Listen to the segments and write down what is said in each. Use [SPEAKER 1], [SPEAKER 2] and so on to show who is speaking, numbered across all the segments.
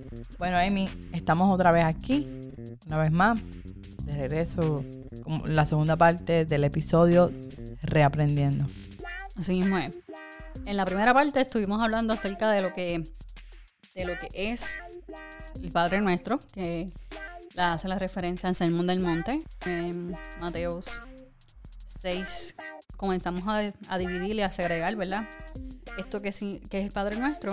[SPEAKER 1] Bueno, Amy, estamos otra vez aquí, una vez más, de regreso, como la segunda parte del episodio Reaprendiendo.
[SPEAKER 2] Así mismo es. En la primera parte estuvimos hablando acerca de lo que es el Padre Nuestro, que hace la referencia al Sermón del Monte, en Mateos 6. Comenzamos a dividir y a segregar, ¿verdad? Esto que es el Padre Nuestro,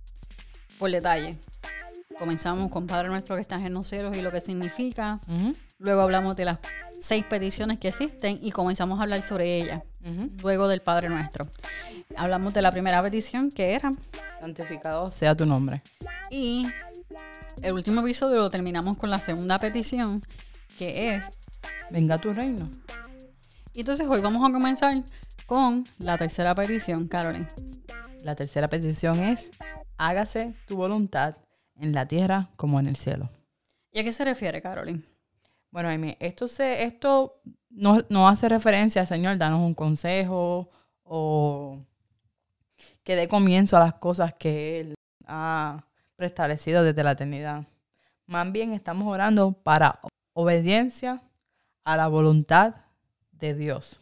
[SPEAKER 2] por detalle. Comenzamos con Padre Nuestro que estás en los cielos y lo que significa.
[SPEAKER 1] Uh-huh.
[SPEAKER 2] Luego hablamos de las 6 peticiones que existen y comenzamos a hablar sobre ellas.
[SPEAKER 1] Uh-huh.
[SPEAKER 2] Luego del Padre Nuestro. Hablamos de la primera petición, que era:
[SPEAKER 1] santificado sea tu nombre.
[SPEAKER 2] Y el último episodio lo terminamos con la segunda petición, que es:
[SPEAKER 1] venga a tu reino.
[SPEAKER 2] Y entonces hoy vamos a comenzar con la tercera petición, Carolyn.
[SPEAKER 1] La tercera petición es: hágase tu voluntad en la tierra como en el cielo.
[SPEAKER 2] ¿Y a qué se refiere, Carolyn?
[SPEAKER 1] Bueno, Amy, esto no hace referencia al Señor, danos un consejo o que dé comienzo a las cosas que Él ha preestablecido desde la eternidad. Más bien estamos orando para obediencia a la voluntad de Dios.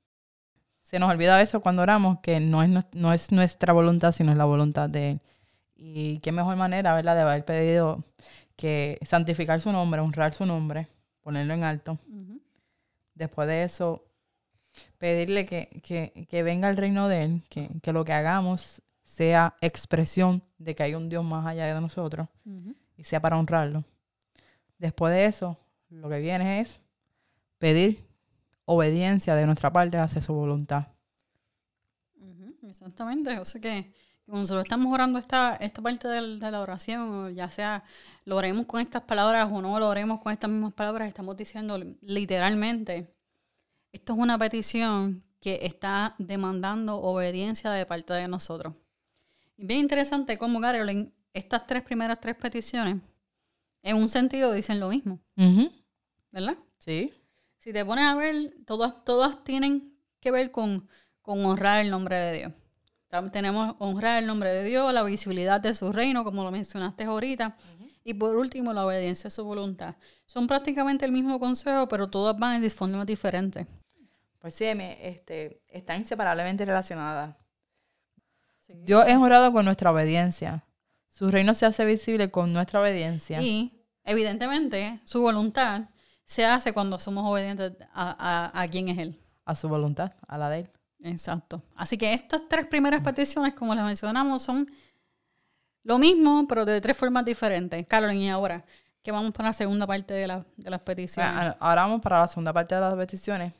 [SPEAKER 1] Se nos olvida eso cuando oramos, que no es nuestra voluntad, sino es la voluntad de Él. Y qué mejor manera, ¿verdad?, de haber pedido que santificar su nombre, honrar su nombre, ponerlo en alto.
[SPEAKER 2] Uh-huh.
[SPEAKER 1] Después de eso, pedirle que venga el reino de Él, que lo que hagamos sea expresión de que hay un Dios más allá de nosotros,
[SPEAKER 2] uh-huh,
[SPEAKER 1] y sea para honrarlo. Después de eso, lo que viene es pedir obediencia de nuestra parte hacia su voluntad.
[SPEAKER 2] Uh-huh, exactamente. O sea que cuando nosotros estamos orando esta parte de la oración, ya sea lo oremos con estas palabras o no lo oremos con estas mismas palabras, estamos diciendo literalmente: esto es una petición que está demandando obediencia de parte de nosotros. Y bien interesante cómo, Carolyn, estas primeras tres peticiones, en un sentido dicen lo mismo.
[SPEAKER 1] Uh-huh.
[SPEAKER 2] ¿Verdad?
[SPEAKER 1] Sí.
[SPEAKER 2] Si te pones a ver, todas tienen que ver con honrar el nombre de Dios. Tenemos honrar el nombre de Dios, la visibilidad de su reino, como lo mencionaste ahorita. Uh-huh. Y por último, la obediencia a su voluntad. Son prácticamente el mismo consejo, pero todas van en formas diferentes.
[SPEAKER 1] Pues sí, están inseparablemente relacionadas.
[SPEAKER 2] Sí.
[SPEAKER 1] Dios es honrado con nuestra obediencia. Su reino se hace visible con nuestra obediencia.
[SPEAKER 2] Y, evidentemente, su voluntad se hace cuando somos obedientes a quién es Él.
[SPEAKER 1] A su voluntad, a la de Él.
[SPEAKER 2] Exacto. Así que estas 3 primeras peticiones, como las mencionamos, son lo mismo, pero de 3 formas diferentes. Carolyn, y ahora, que vamos para la segunda parte de las peticiones.
[SPEAKER 1] Bueno, ahora vamos para la segunda parte de las peticiones.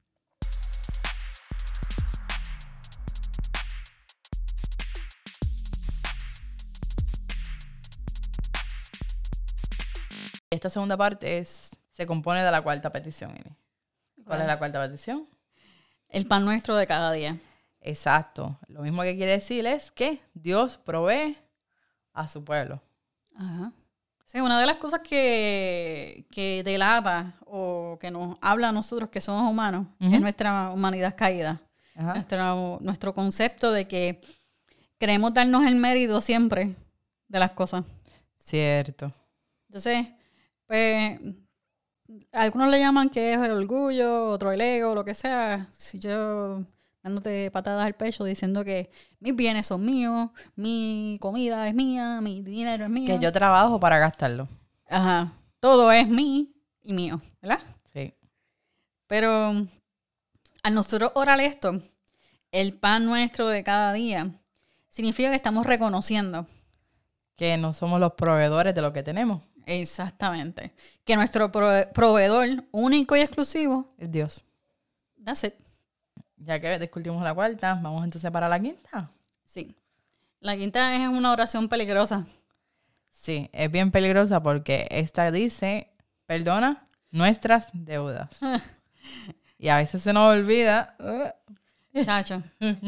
[SPEAKER 1] Esta segunda parte se compone de la cuarta petición. ¿Cuál es la cuarta petición?
[SPEAKER 2] El pan nuestro de cada día.
[SPEAKER 1] Exacto. Lo mismo que quiere decir es que Dios provee a su pueblo.
[SPEAKER 2] Ajá. Sí, una de las cosas que delata o que nos habla a nosotros que somos humanos, uh-huh, es nuestra humanidad caída. Uh-huh. Nuestro concepto de que queremos darnos el mérito siempre de las cosas.
[SPEAKER 1] Cierto.
[SPEAKER 2] Entonces, pues, algunos le llaman que es el orgullo, otro el ego, lo que sea. Si yo dándote patadas al pecho diciendo que mis bienes son míos, mi comida es mía, mi dinero es mío.
[SPEAKER 1] Que yo trabajo para gastarlo.
[SPEAKER 2] Ajá. Todo es mío y mío, ¿verdad?
[SPEAKER 1] Sí.
[SPEAKER 2] Pero al nosotros orar esto, el pan nuestro de cada día, significa que estamos reconociendo
[SPEAKER 1] que no somos los proveedores de lo que tenemos.
[SPEAKER 2] Exactamente. Que nuestro proveedor único y exclusivo
[SPEAKER 1] es Dios.
[SPEAKER 2] That's it.
[SPEAKER 1] Ya que discutimos la cuarta, vamos entonces para la quinta.
[SPEAKER 2] Sí. La quinta es una oración peligrosa.
[SPEAKER 1] Sí, es bien peligrosa porque esta dice: perdona nuestras deudas. Y a veces se nos olvida.
[SPEAKER 2] Chacho.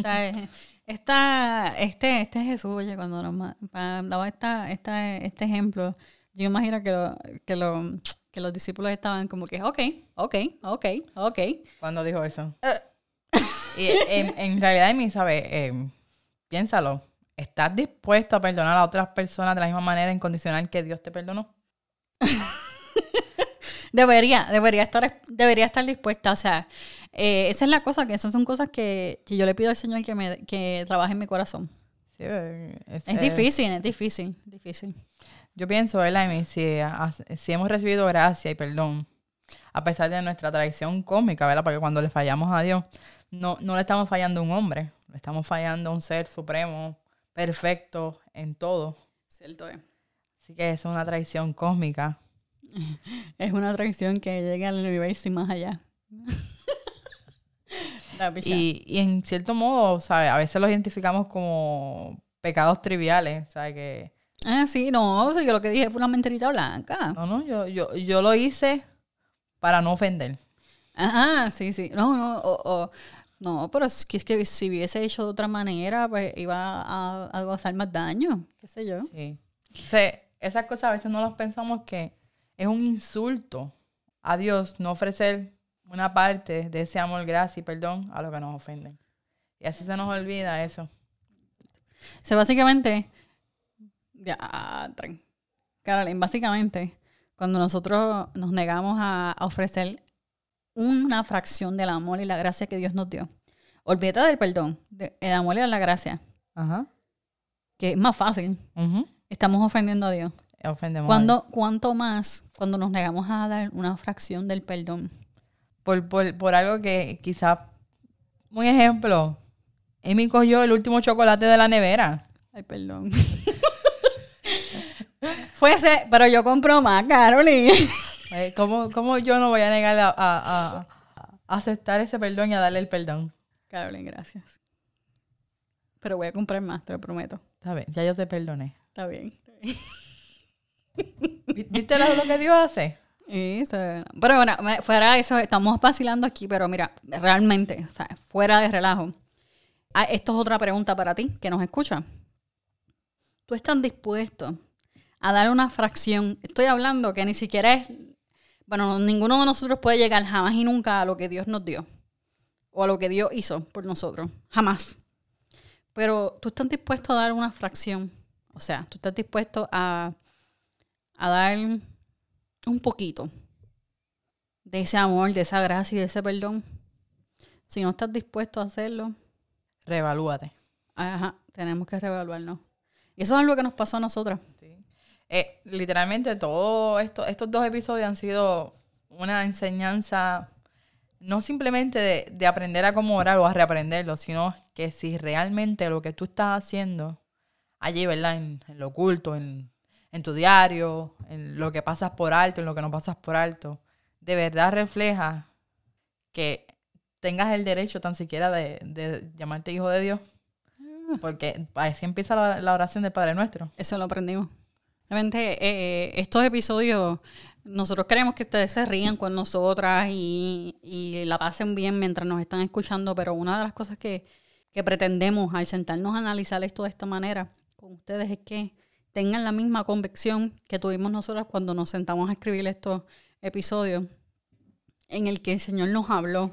[SPEAKER 2] Este Jesús, oye, cuando nos daba este ejemplo, yo imagino que los discípulos estaban como que, ok.
[SPEAKER 1] ¿Cuándo dijo eso? Y en realidad, Amy, ¿sabes? Piénsalo. ¿estás dispuesto a perdonar a otras personas de la misma manera incondicional que Dios te perdonó?
[SPEAKER 2] Debería estar dispuesta. O sea, esa es la cosa, que esas son cosas que yo le pido al Señor que trabaje en mi corazón.
[SPEAKER 1] Sí,
[SPEAKER 2] es difícil.
[SPEAKER 1] Yo pienso, ¿verdad, Amy? Si hemos recibido gracia y perdón, a pesar de nuestra traición cósmica, ¿verdad? Porque cuando le fallamos a Dios, no le estamos fallando a un hombre, le estamos fallando a un ser supremo, perfecto en todo.
[SPEAKER 2] Cierto es.
[SPEAKER 1] Así que es una traición cósmica.
[SPEAKER 2] Es una traición que llega al universo y más allá.
[SPEAKER 1] Y en cierto modo, ¿sabes? A veces los identificamos como pecados triviales, ¿sabes? Que
[SPEAKER 2] sí, no, o sea, yo lo que dije fue una mentirita blanca.
[SPEAKER 1] No, yo lo hice para no ofender.
[SPEAKER 2] Ajá, sí. No, pero es que si hubiese hecho de otra manera, pues iba a causar más daño, qué sé yo.
[SPEAKER 1] Sí. O sea, esas cosas a veces no las pensamos, que es un insulto a Dios no ofrecer una parte de ese amor, gracia y perdón a los que nos ofenden. Y así se nos olvida eso.
[SPEAKER 2] O sea, básicamente, Caroline, básicamente, cuando nosotros nos negamos a ofrecer una fracción del amor y la gracia que Dios nos dio, olvídate del perdón, el amor y la gracia,
[SPEAKER 1] Ajá.
[SPEAKER 2] que es más fácil, estamos ofendiendo a Dios.
[SPEAKER 1] Ofendemos
[SPEAKER 2] ¿Cuánto más cuando nos negamos a dar una fracción del perdón?
[SPEAKER 1] Por algo que quizás, un ejemplo, Amy cogió el último chocolate de la nevera.
[SPEAKER 2] Ay, perdón. Fuese, pero yo compro más, Caroline.
[SPEAKER 1] ¿Cómo yo no voy a negar a aceptar ese perdón y a darle el perdón?
[SPEAKER 2] Caroline, gracias. Pero voy a comprar más, te lo prometo.
[SPEAKER 1] Está bien, ya yo te perdoné.
[SPEAKER 2] Está bien.
[SPEAKER 1] ¿Viste lo que Dios hace?
[SPEAKER 2] Pero bueno, fuera de eso, estamos vacilando aquí, pero mira, realmente, o sea, fuera de relajo. Esto es otra pregunta para ti, que nos escucha. ¿Tú estás dispuesto a dar una fracción? Estoy hablando que ni siquiera es... Bueno, ninguno de nosotros puede llegar jamás y nunca a lo que Dios nos dio. O a lo que Dios hizo por nosotros. Jamás. Pero tú estás dispuesto a dar una fracción. O sea, tú estás dispuesto a dar un poquito de ese amor, de esa gracia y de ese perdón. Si no estás dispuesto a hacerlo,
[SPEAKER 1] reevalúate.
[SPEAKER 2] Ajá, tenemos que reevaluarnos. Y eso es algo que nos pasó a nosotras.
[SPEAKER 1] Sí. Literalmente todos estos 2 episodios han sido una enseñanza, no simplemente de aprender a cómo orar o a reaprenderlo, sino que si realmente lo que tú estás haciendo allí, ¿verdad? En lo oculto, en tu diario, en lo que pasas por alto, en lo que no pasas por alto, de verdad refleja que tengas el derecho tan siquiera de llamarte hijo de Dios. Porque así empieza la oración del Padre Nuestro.
[SPEAKER 2] Eso lo aprendimos. Realmente, estos episodios, nosotros queremos que ustedes se rían con nosotras y la pasen bien mientras nos están escuchando, pero una de las cosas que pretendemos al sentarnos a analizar esto de esta manera con ustedes es que tengan la misma convicción que tuvimos nosotros cuando nos sentamos a escribir estos episodios, en el que el Señor nos habló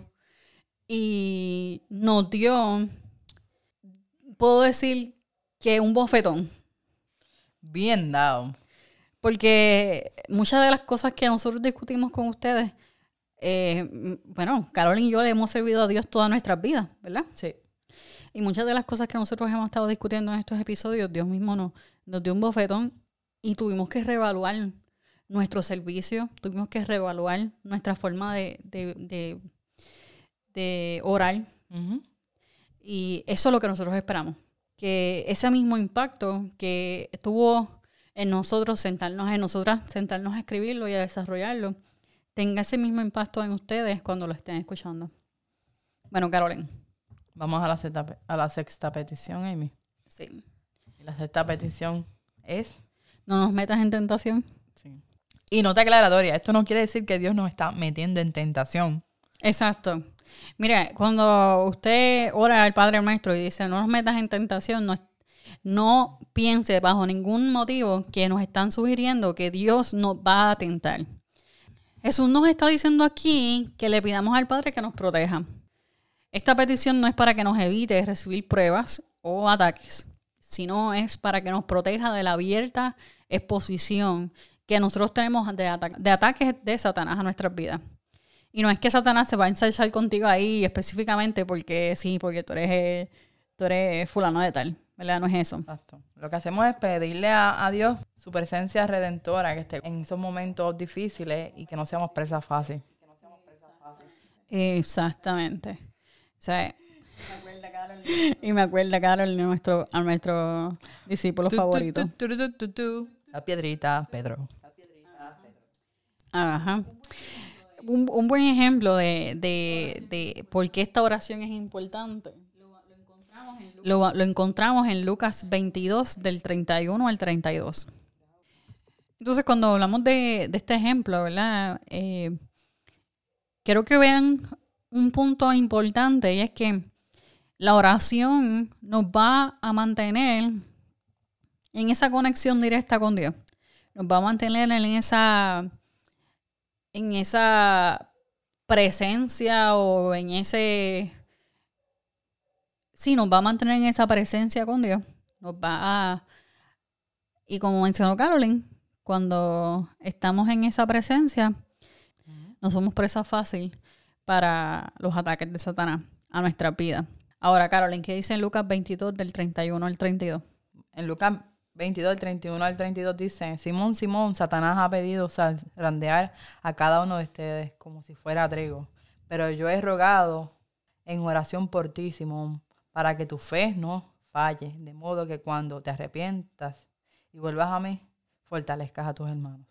[SPEAKER 2] y nos dio, puedo decir que un bofetón.
[SPEAKER 1] Bien dado.
[SPEAKER 2] Porque muchas de las cosas que nosotros discutimos con ustedes, bueno, Caroline y yo le hemos servido a Dios todas nuestras vidas, ¿verdad?
[SPEAKER 1] Sí.
[SPEAKER 2] Y muchas de las cosas que nosotros hemos estado discutiendo en estos episodios, Dios mismo nos dio un bofetón y tuvimos que reevaluar nuestro servicio, tuvimos que reevaluar nuestra forma de orar.
[SPEAKER 1] Uh-huh.
[SPEAKER 2] Y eso es lo que nosotros esperamos. Que ese mismo impacto que tuvo en nosotros, sentarnos a escribirlo y a desarrollarlo, tenga ese mismo impacto en ustedes cuando lo estén escuchando. Bueno, Caroline.
[SPEAKER 1] Vamos a la sexta petición, Amy.
[SPEAKER 2] Sí.
[SPEAKER 1] Y la sexta petición es...
[SPEAKER 2] No nos metas en tentación.
[SPEAKER 1] Sí. Y nota aclaratoria, esto no quiere decir que Dios nos está metiendo en tentación.
[SPEAKER 2] Exacto. Mire, cuando usted ora al Padre Nuestro y dice no nos metas en tentación, no piense bajo ningún motivo que nos están sugiriendo que Dios nos va a tentar. Jesús nos está diciendo aquí que le pidamos al Padre que nos proteja. Esta petición no es para que nos evite recibir pruebas o ataques, sino es para que nos proteja de la abierta exposición que nosotros tenemos de ataques de Satanás a nuestras vidas. Y no es que Satanás se va a ensalzar contigo ahí específicamente porque sí, porque tú eres fulano de tal, ¿verdad? No es eso.
[SPEAKER 1] Exacto. Lo que hacemos es pedirle a Dios su presencia redentora, que esté en esos momentos difíciles y que no seamos presa fácil.
[SPEAKER 2] Exactamente. O sea, y me acuerda Carol, a nuestro discípulo favorito.
[SPEAKER 1] La piedrita, Pedro.
[SPEAKER 2] Ajá. Un buen ejemplo de por qué esta oración es importante. Lo encontramos en Lucas 22, del 31 al 32. Entonces, cuando hablamos de este ejemplo, ¿verdad? Quiero que vean un punto importante, y es que la oración nos va a mantener en esa conexión directa con Dios. Nos va a mantener en esa presencia o en ese... Sí, nos va a mantener en esa presencia con Dios. Y como mencionó Carolyn, cuando estamos en esa presencia, no somos presa fácil para los ataques de Satanás a nuestra vida. Ahora, Carolyn, ¿qué dice en Lucas 22, del 31 al 32?
[SPEAKER 1] En Lucas 22, del 31 al 32 dice: Simón, Simón, Satanás ha pedido zarandear a cada uno de ustedes como si fuera trigo. Pero yo he rogado en oración por ti, Simón, para que tu fe no falle, de modo que cuando te arrepientas y vuelvas a mí, fortalezcas a tus hermanos.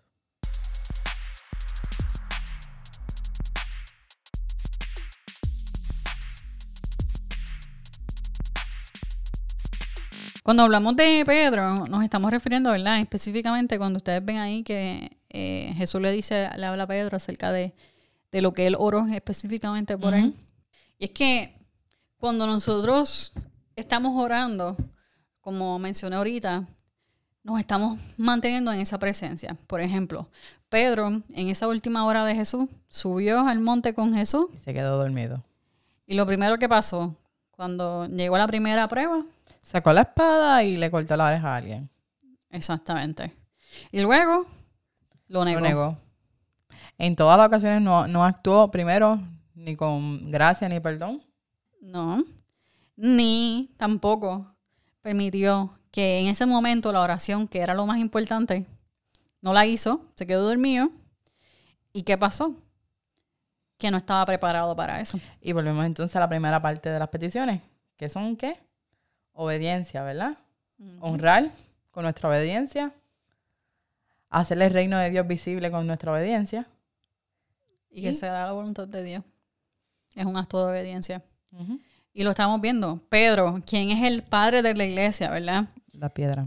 [SPEAKER 2] Cuando hablamos de Pedro, nos estamos refiriendo, ¿verdad? Específicamente cuando ustedes ven ahí que Jesús le habla a Pedro acerca de lo que él oró específicamente por él. Y es que cuando nosotros estamos orando, como mencioné ahorita, nos estamos manteniendo en esa presencia. Por ejemplo, Pedro, en esa última hora de Jesús, subió al monte con Jesús.
[SPEAKER 1] Y se quedó dormido.
[SPEAKER 2] Y lo primero que pasó, cuando llegó a la primera prueba,
[SPEAKER 1] sacó la espada y le cortó la oreja a alguien.
[SPEAKER 2] Exactamente. Y luego lo negó.
[SPEAKER 1] En todas las ocasiones no actuó primero ni con gracia ni perdón.
[SPEAKER 2] No. Ni tampoco permitió que en ese momento la oración, que era lo más importante, no la hizo, se quedó dormido. ¿Y qué pasó? Que no estaba preparado para eso.
[SPEAKER 1] Y volvemos entonces a la primera parte de las peticiones, que son ¿qué? Obediencia, ¿verdad? Honrar con nuestra obediencia, hacerle el reino de Dios visible con nuestra obediencia.
[SPEAKER 2] Y que sea la voluntad de Dios. Es un acto de obediencia. Y lo estamos viendo. Pedro, quien es el padre de la iglesia, ¿verdad?
[SPEAKER 1] La piedra.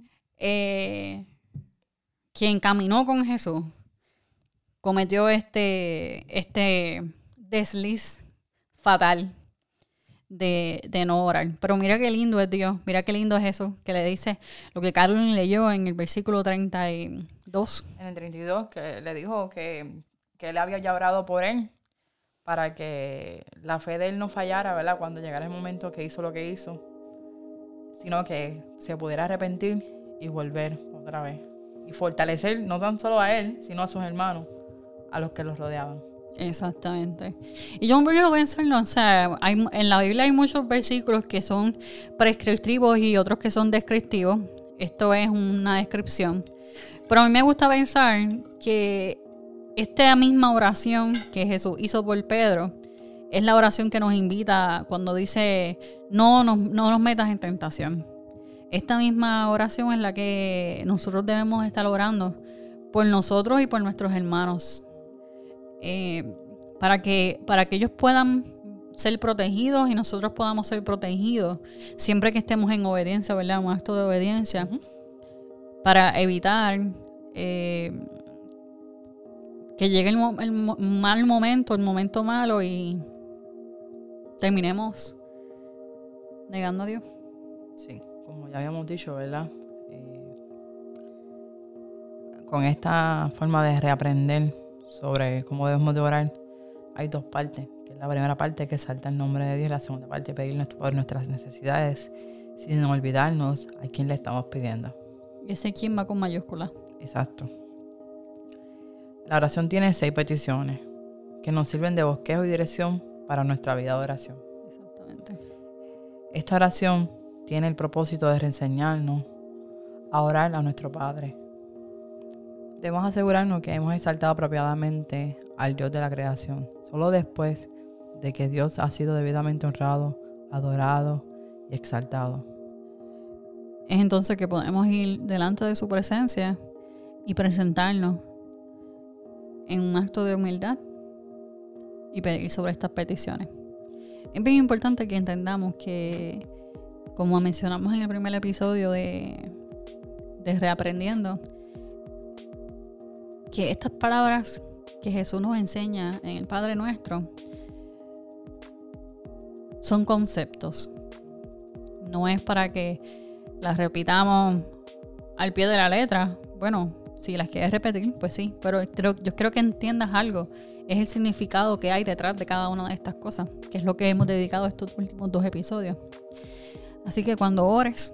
[SPEAKER 2] Quien caminó con Jesús, cometió este desliz fatal de no orar. Pero mira qué lindo es Dios, mira qué lindo es Jesús, que le dice lo que Carolyn leyó en el versículo 32.
[SPEAKER 1] En el 32, que le dijo que él había ya orado por él para que la fe de él no fallara, ¿verdad? Cuando llegara el momento que hizo lo que hizo, sino que se pudiera arrepentir y volver otra vez. Y fortalecer no tan solo a él, sino a sus hermanos, a los que los rodeaban.
[SPEAKER 2] Exactamente. Y yo quiero pensarlo, o sea, en la Biblia hay muchos versículos que son prescriptivos y otros que son descriptivos. Esto es una descripción. Pero a mí me gusta pensar que esta misma oración que Jesús hizo por Pedro es la oración que nos invita cuando dice no nos metas en tentación. Esta misma oración es la que nosotros debemos estar orando por nosotros y por nuestros hermanos. Para que ellos puedan ser protegidos y nosotros podamos ser protegidos siempre que estemos en obediencia, ¿verdad? Un acto de obediencia para evitar que llegue el mal momento, el momento malo y terminemos negando a Dios.
[SPEAKER 1] Sí, como ya habíamos dicho, ¿verdad? Con esta forma de reaprender sobre cómo debemos de orar, hay dos partes. Que es la primera parte, que salta el nombre de Dios, y la segunda parte, pedir por nuestras necesidades sin olvidarnos a quién le estamos pidiendo.
[SPEAKER 2] Y ese quién va con mayúscula.
[SPEAKER 1] Exacto. La oración tiene 6 peticiones que nos sirven de bosquejo y dirección para nuestra vida de oración.
[SPEAKER 2] Exactamente.
[SPEAKER 1] Esta oración tiene el propósito de reenseñarnos a orar a nuestro Padre. Debemos asegurarnos que hemos exaltado apropiadamente al Dios de la creación. Solo después de que Dios ha sido debidamente honrado, adorado y exaltado.
[SPEAKER 2] Es entonces que podemos ir delante de su presencia y presentarnos en un acto de humildad y pedir sobre estas peticiones. Es bien importante que entendamos que, como mencionamos en el primer episodio de Reaprendiendo, que estas palabras que Jesús nos enseña en el Padre Nuestro son conceptos. No es para que las repitamos al pie de la letra. Bueno, si las quieres repetir, pues sí. Pero yo creo que entiendas algo. Es el significado que hay detrás de cada una de estas cosas, que es lo que hemos dedicado estos últimos 2 episodios. Así que cuando ores,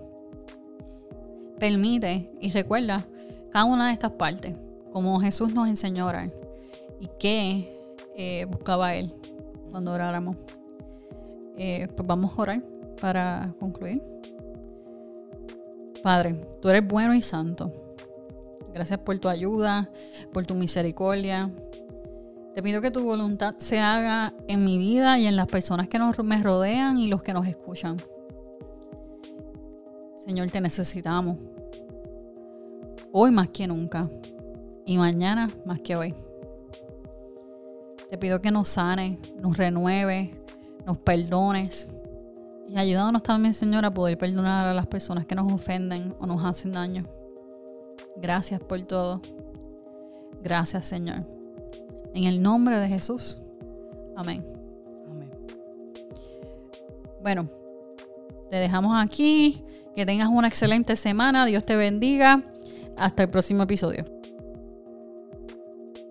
[SPEAKER 2] permite y recuerda cada una de estas partes, como Jesús nos enseñó a orar y que buscaba Él cuando oráramos. Pues vamos a orar para concluir. Padre, tú eres bueno y santo. Gracias por tu ayuda, por tu misericordia. Te pido que tu voluntad se haga en mi vida y en las personas que me rodean y los que nos escuchan. Señor, te necesitamos. Hoy más que nunca. Y mañana más que hoy. Te pido que nos sanes, nos renueves, nos perdones. Y ayúdanos también, Señor, a poder perdonar a las personas que nos ofenden o nos hacen daño. Gracias por todo. Gracias, Señor. En el nombre de Jesús. Amén.
[SPEAKER 1] Amén.
[SPEAKER 2] Bueno, te dejamos aquí. Que tengas una excelente semana. Dios te bendiga. Hasta el próximo episodio.